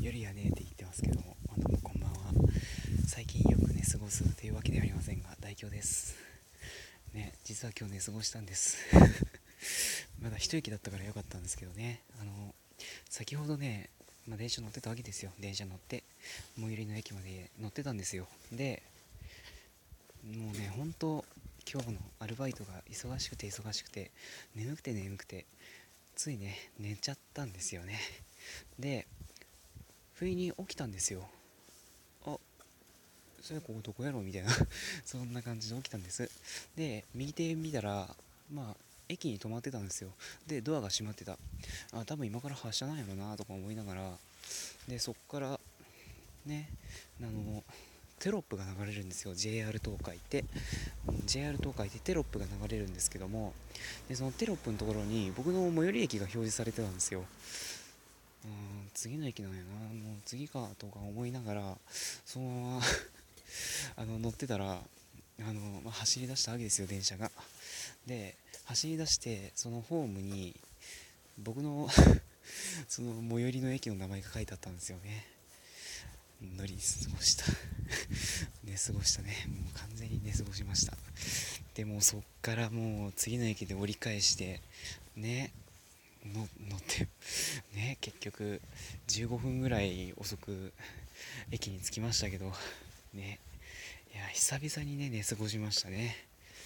夜やねって言ってますけども、どうもこんばんは。最近よく寝過ごすというわけではありませんが、大凶ですね。実は今日寝過ごしたんですまだ一息だったからよかったんですけどね。先ほどね、電車乗ってたわけですよ。電車乗って最寄りの駅まで乗ってたんですよ。でもうね、本当今日のアルバイトが忙しくて忙しくて、眠くて眠くて、ついね寝ちゃったんですよね。で不意に起きたんですよ。あ、それここどこやろうみたいなそんな感じで起きたんです。で右手見たら、駅に止まってたんですよ。でドアが閉まってた。多分今から発車なんやろなとか思いながら、でそっからね、あのテロップが流れるんですよ。 JR 東海って JR 東海ってテロップが流れるんですけども、でそのテロップのところに僕の最寄り駅が表示されてたんですよ。次の駅なんやな、もう次かとか思いながら、そのまま乗ってたら、走り出したわけですよ、電車が。で走り出して、そのホームに僕のその最寄りの駅の名前が書いてあったんですよね。乗り過ごした寝過ごしたね。もう完全に寝過ごしました。でもそっからもう次の駅で折り返してね、乗ってね、結局15分ぐらい遅く駅に着きましたけどね。いや久々にね寝過ごしましたね。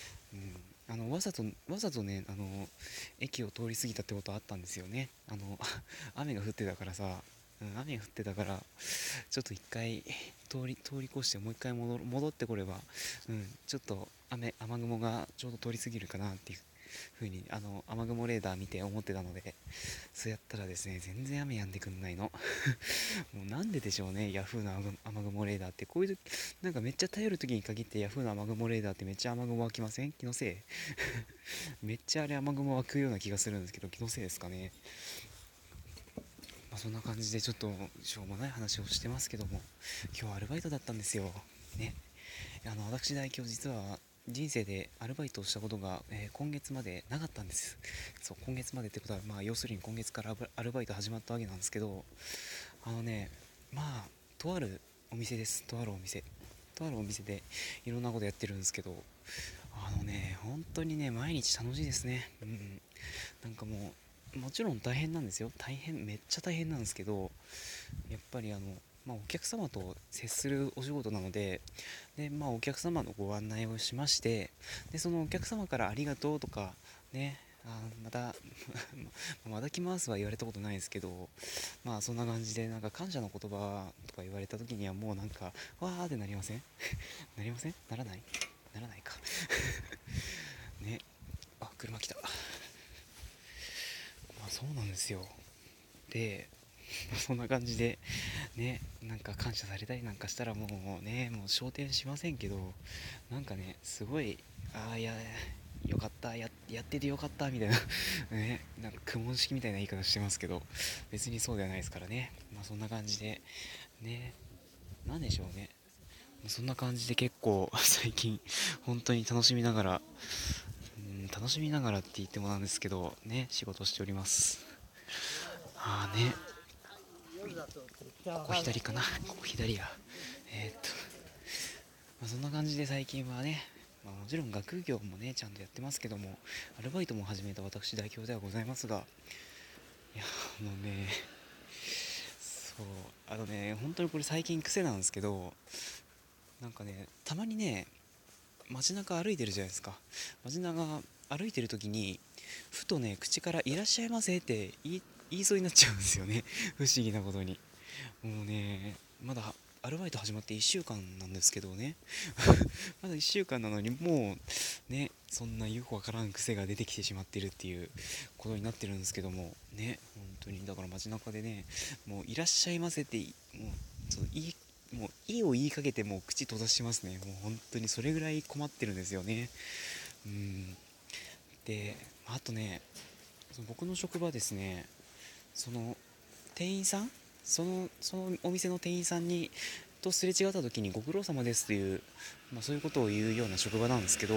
わざとね、駅を通り過ぎたってことあったんですよね。雨が降ってたからさ、雨が降ってたからちょっと一回通り越してもう一回戻ってこれば、ちょっと雨雲がちょうど通り過ぎるかなっていう風に雨雲レーダー見て思ってたので、そうやったらですね、全然雨止んでくんないのもうなんででしょうね。ヤフーの雨雲レーダーってこういう時、なんかめっちゃ頼る時に限ってヤフーの雨雲レーダーってめっちゃ雨雲湧きません？気のせいめっちゃあれ雨雲湧くような気がするんですけど、気のせいですかね。そんな感じでちょっとしょうもない話をしてますけども、今日アルバイトだったんですよね。私代表、実は人生でアルバイトをしたことが、今月までなかったんです。そう、今月までってことは、要するに今月からアルバイト始まったわけなんですけど、あのねまあとあるお店です。とあるお店でいろんなことやってるんですけど、本当にね毎日楽しいですね。なんかもちろん大変なんですよ。めっちゃ大変なんですけど、やっぱりお客様と接するお仕事なので、お客様のご案内をしまして、でそのお客様からありがとうとかね、またまた来ますは言われたことないですけど、そんな感じでなんか感謝の言葉とか言われた時にはもうなんかわーってなりません？なりません？ならないかね。車来た。そうなんですよ。でそんな感じでね、なんか感謝されたりなんかしたらもうね、もう昇天しませんけど、なんかねすごい、いやよかった、やっててよかったみたいなね、なんか苦悶式みたいな言い方してますけど、別にそうではないですからね。そんな感じでね、なんでしょうね、そんな感じで結構最近本当に楽しみながらって言ってもなんですけどね、仕事しております。ね、ここ左かな、ここ左や。えーっとそんな感じで最近はね、もちろん学業もねちゃんとやってますけども、アルバイトも始めた私代表ではございますが、いやね、そう本当にこれ最近癖なんですけど、なんかねたまにね街中歩いてるじゃないですか。街中歩いてる時にふとね口から「いらっしゃいませ」って言いそうになっちゃうんですよね不思議なことに。もうね、まだアルバイト始まって1週間なんですけどねまだ1週間なのにもうね、そんなよくわからん癖が出てきてしまってるっていうことになってるんですけどもね。本当にだから街中でね、もう「いらっしゃいませ」ってもうそうもう「い」を言いかけてもう口閉ざしますね。もう本当にそれぐらい困ってるんですよね。であとね、その僕の職場ですね、その店員さん、そのお店の店員さんとすれ違った時に「ご苦労様です」という、そういうことを言うような職場なんですけど、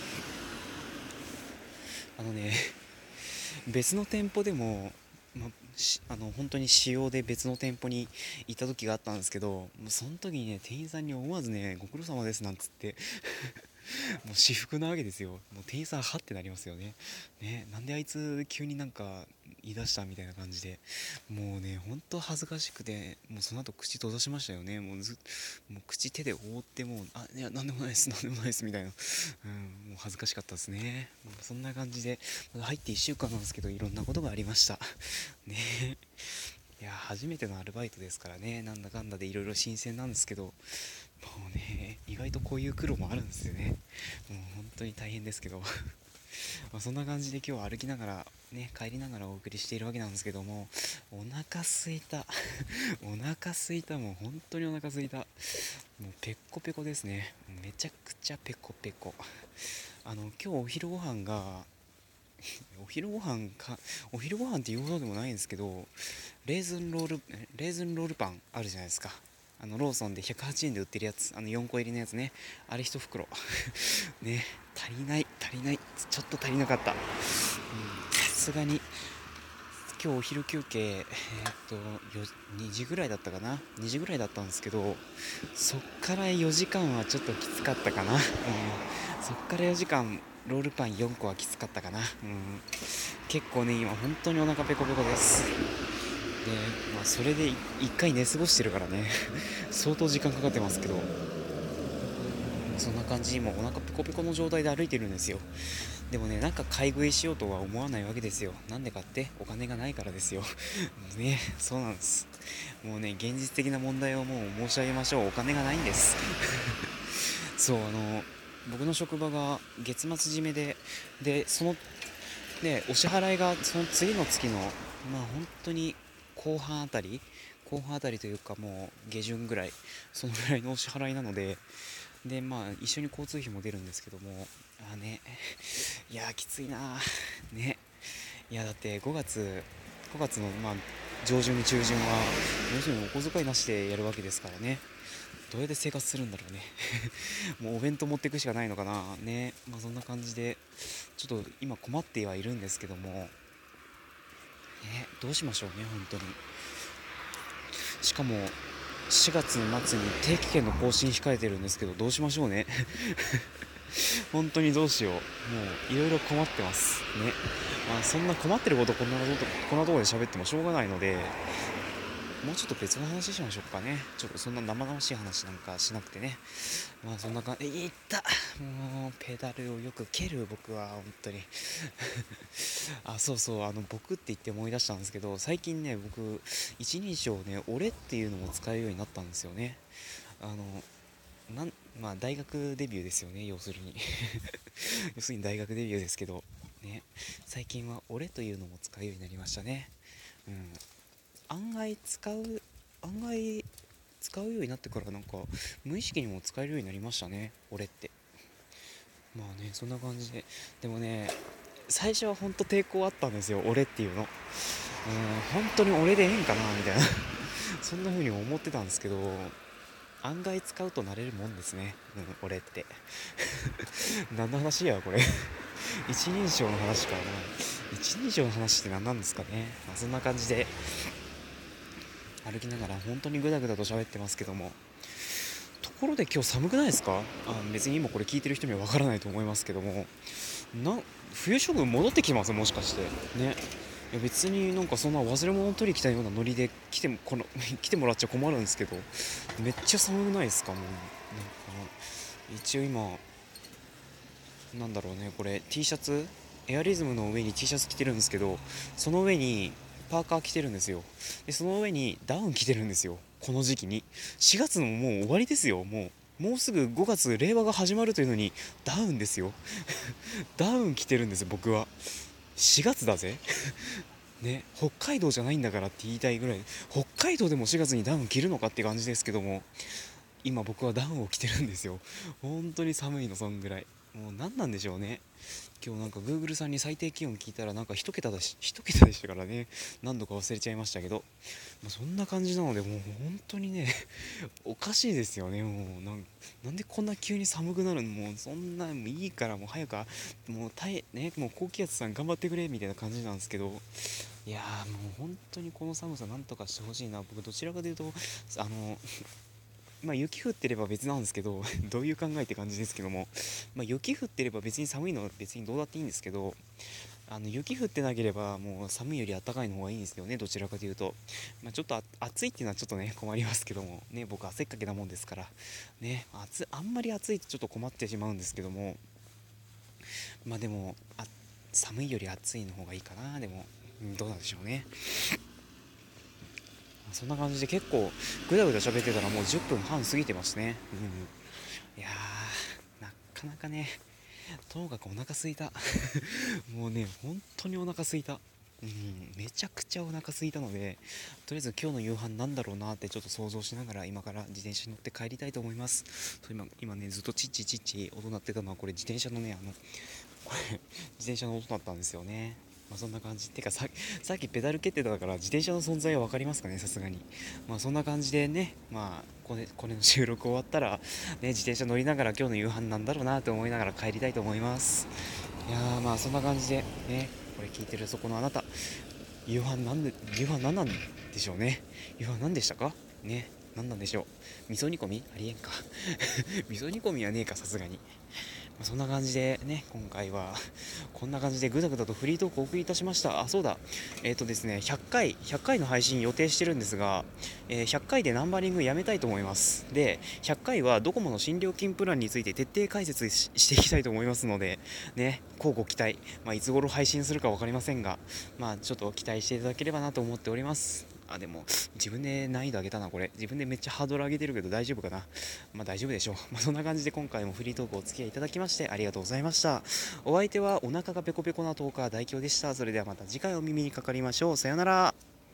あのね別の店舗でも、 本当に仕様で別の店舗に行った時があったんですけど、もうその時にね店員さんに思わずねご苦労様ですなんつってもう私服なわけですよ。もう店員さんはってなりますよね。なんであいつ急になんか言い出したみたいな感じで、もうね本当恥ずかしくて、もうその後口閉ざしましたよね。もう口手で覆って、もういやなんでもないですなんでもないですみたいな、もう恥ずかしかったですね。もうそんな感じでまだ入って1週間なんですけど、いろんなことがありましたね。いや初めてのアルバイトですからね、なんだかんだでいろいろ新鮮なんですけど、もうね意外とこういう苦労もあるんですよね。もう本当に大変ですけどまあそんな感じで今日は歩きながら帰りながらお送りしているわけなんですけども、お腹すいたお腹すいた、もう本当にお腹すいた。もうペッコペコですね。めちゃくちゃペコペコ。今日お昼ご飯がお昼ご飯かお昼ご飯っていうほどでもないんですけど、レーズンロールパンあるじゃないですか。ローソンで108円で売ってるやつ、4個入りのやつね。あれ1袋ね。足りない、ちょっと足りなかった。さすがに今日お昼休憩2時ぐらいだったかな、2時ぐらいだったんですけど、そっから4時間はちょっときつかったかな。そっから4時間ロールパン4個はきつかったかな。結構ね今本当にお腹ペコペコです。で、それで1回寝過ごしてるからね相当時間かかってますけど、そんな感じにもうお腹ペコペコの状態で歩いてるんですよ。でもね、なんか買い食いしようとは思わないわけですよ。なんでかって、お金がないからですよね、そうなんです。もうね現実的な問題をもう申し上げましょう。お金がないんですそう、僕の職場が月末締めでそのお支払いがその次の月の本当に後半あたりというか、もう下旬ぐらい、そのぐらいのお支払いなので、一緒に交通費も出るんですけども、いやーきついなーね。いやだって5月の上旬中旬は要するにお小遣いなしでやるわけですからね。どうやって生活するんだろうねもうお弁当持っていくしかないのかなね。そんな感じでちょっと今困ってはいるんですけども、どうしましょうね本当に。しかも4月末に定期券の更新控えてるんですけど、どうしましょうね本当にどうしよう。もういろいろ困ってますね。そんな困ってることこんなところで喋ってもしょうがないので、もうちょっと別の話しましょうかね。ちょっとそんな生々しい話なんかしなくてね。そんな感じ。いったもうペダルをよく蹴る僕は本当にそうそう、僕って言って思い出したんですけど、最近ね僕一人称ね俺っていうのも使えるようになったんですよね。あのなん大学デビューですよね、要するに要するに大学デビューですけどね、最近は俺というのも使うようになりましたね。案外案外使うようになってからなんか無意識にも使えるようになりましたね、俺って。そんな感じで。でもね最初は本当抵抗あったんですよ、俺っていうの。本当に俺でええんかなみたいなそんな風に思ってたんですけど、案外使うと慣れるもんですね、俺って何の話やこれ一人称の話かな。一人称の話って何なんですかね。そんな感じで歩きながら本当にグダグダと喋ってますけども、ところで今日寒くないですか？別に今これ聞いてる人にはわからないと思いますけども、冬将軍戻ってきてますもしかしてね。いや別になんかそんな忘れ物取り来たようなノリで来てもらっちゃ困るんですけど、めっちゃ寒くないですか？もうなんか一応今なんだろうね、これ T シャツエアリズムの上に T シャツ着てるんですけど、その上にパーカー着てるんですよ。でその上にダウン着てるんですよ、この時期に。4月のもう終わりですよ。もうすぐ5月令和が始まるというのにダウンですよダウン着てるんですよ僕は。4月だぜね、北海道じゃないんだからって言いたいぐらい、北海道でも4月にダウン着るのかって感じですけども、今僕はダウンを着てるんですよ。本当に寒いの、そんぐらい。もう何なんでしょうね。今日なんか Google さんに最低気温聞いたらなんか一桁でしたからね。何度か忘れちゃいましたけど、そんな感じなので、もう本当にねおかしいですよね。もうなんでこんな急に寒くなるの。もうそんなもういいからもう早くもう高気圧さん頑張ってくれみたいな感じなんですけど、 いやーもう本当にこの寒さなんとかしてほしいな。僕どちらかというとあのまあ雪降ってれば別なんですけどどういう考えって感じですけども、まあ、雪降ってれば別に寒いのは別にどうだっていいんですけど、雪降ってなければもう寒いより暖かいの方がいいんですよね、どちらかというと。まあ、ちょっと暑いっていうのはちょっとね困りますけどもね、僕汗っかけなもんですからね、あんまり暑いとちょっと困ってしまうんですけども、まあでも寒いより暑いの方がいいかな。でも、どうなんでしょうね。そんな感じで結構ぐだぐだ喋ってたらもう10分半過ぎてますね。いやー、なかなかね、ともかくお腹すいたもうね本当にお腹すいた。めちゃくちゃお腹すいたので、とりあえず今日の夕飯なんだろうなってちょっと想像しながら今から自転車に乗って帰りたいと思います。今ねずっとチッチチッチ音鳴ってたのはこれ自転車のね、これ自転車の音だったんですよね。まあ、そんな感じってか、さっきペダル蹴ってたから自転車の存在は分かりますかね、さすがに。まあそんな感じでね、まあこれの収録終わったらね、自転車乗りながら今日の夕飯なんだろうなと思いながら帰りたいと思います。いやー、まあそんな感じでね、これ聞いてるそこのあなた、夕飯なんなんでしょうね。夕飯何でしたかね。何なんでしょう。味噌煮込みありえんか味噌煮込みはねえか、さすがに。そんな感じでね、今回はこんな感じでぐだぐだとフリートークをお送りいたしました。あ、そうだ。ですね、100回の配信予定してるんですが、100回でナンバリングやめたいと思います。で、100回はドコモの新料金プランについて徹底解説していきたいと思いますので、ね、乞うご期待。まあ、いつ頃配信するか分かりませんが、まあ、ちょっと期待していただければなと思っております。でも自分で難易度上げたな。これ自分でめっちゃハードル上げてるけど大丈夫かな。まあ大丈夫でしょう。そんな感じで今回もフリートークお付き合いいただきましてありがとうございました。お相手はお腹がペコペコなトーカー大京でした。それではまた次回お耳にかかりましょう。さようなら。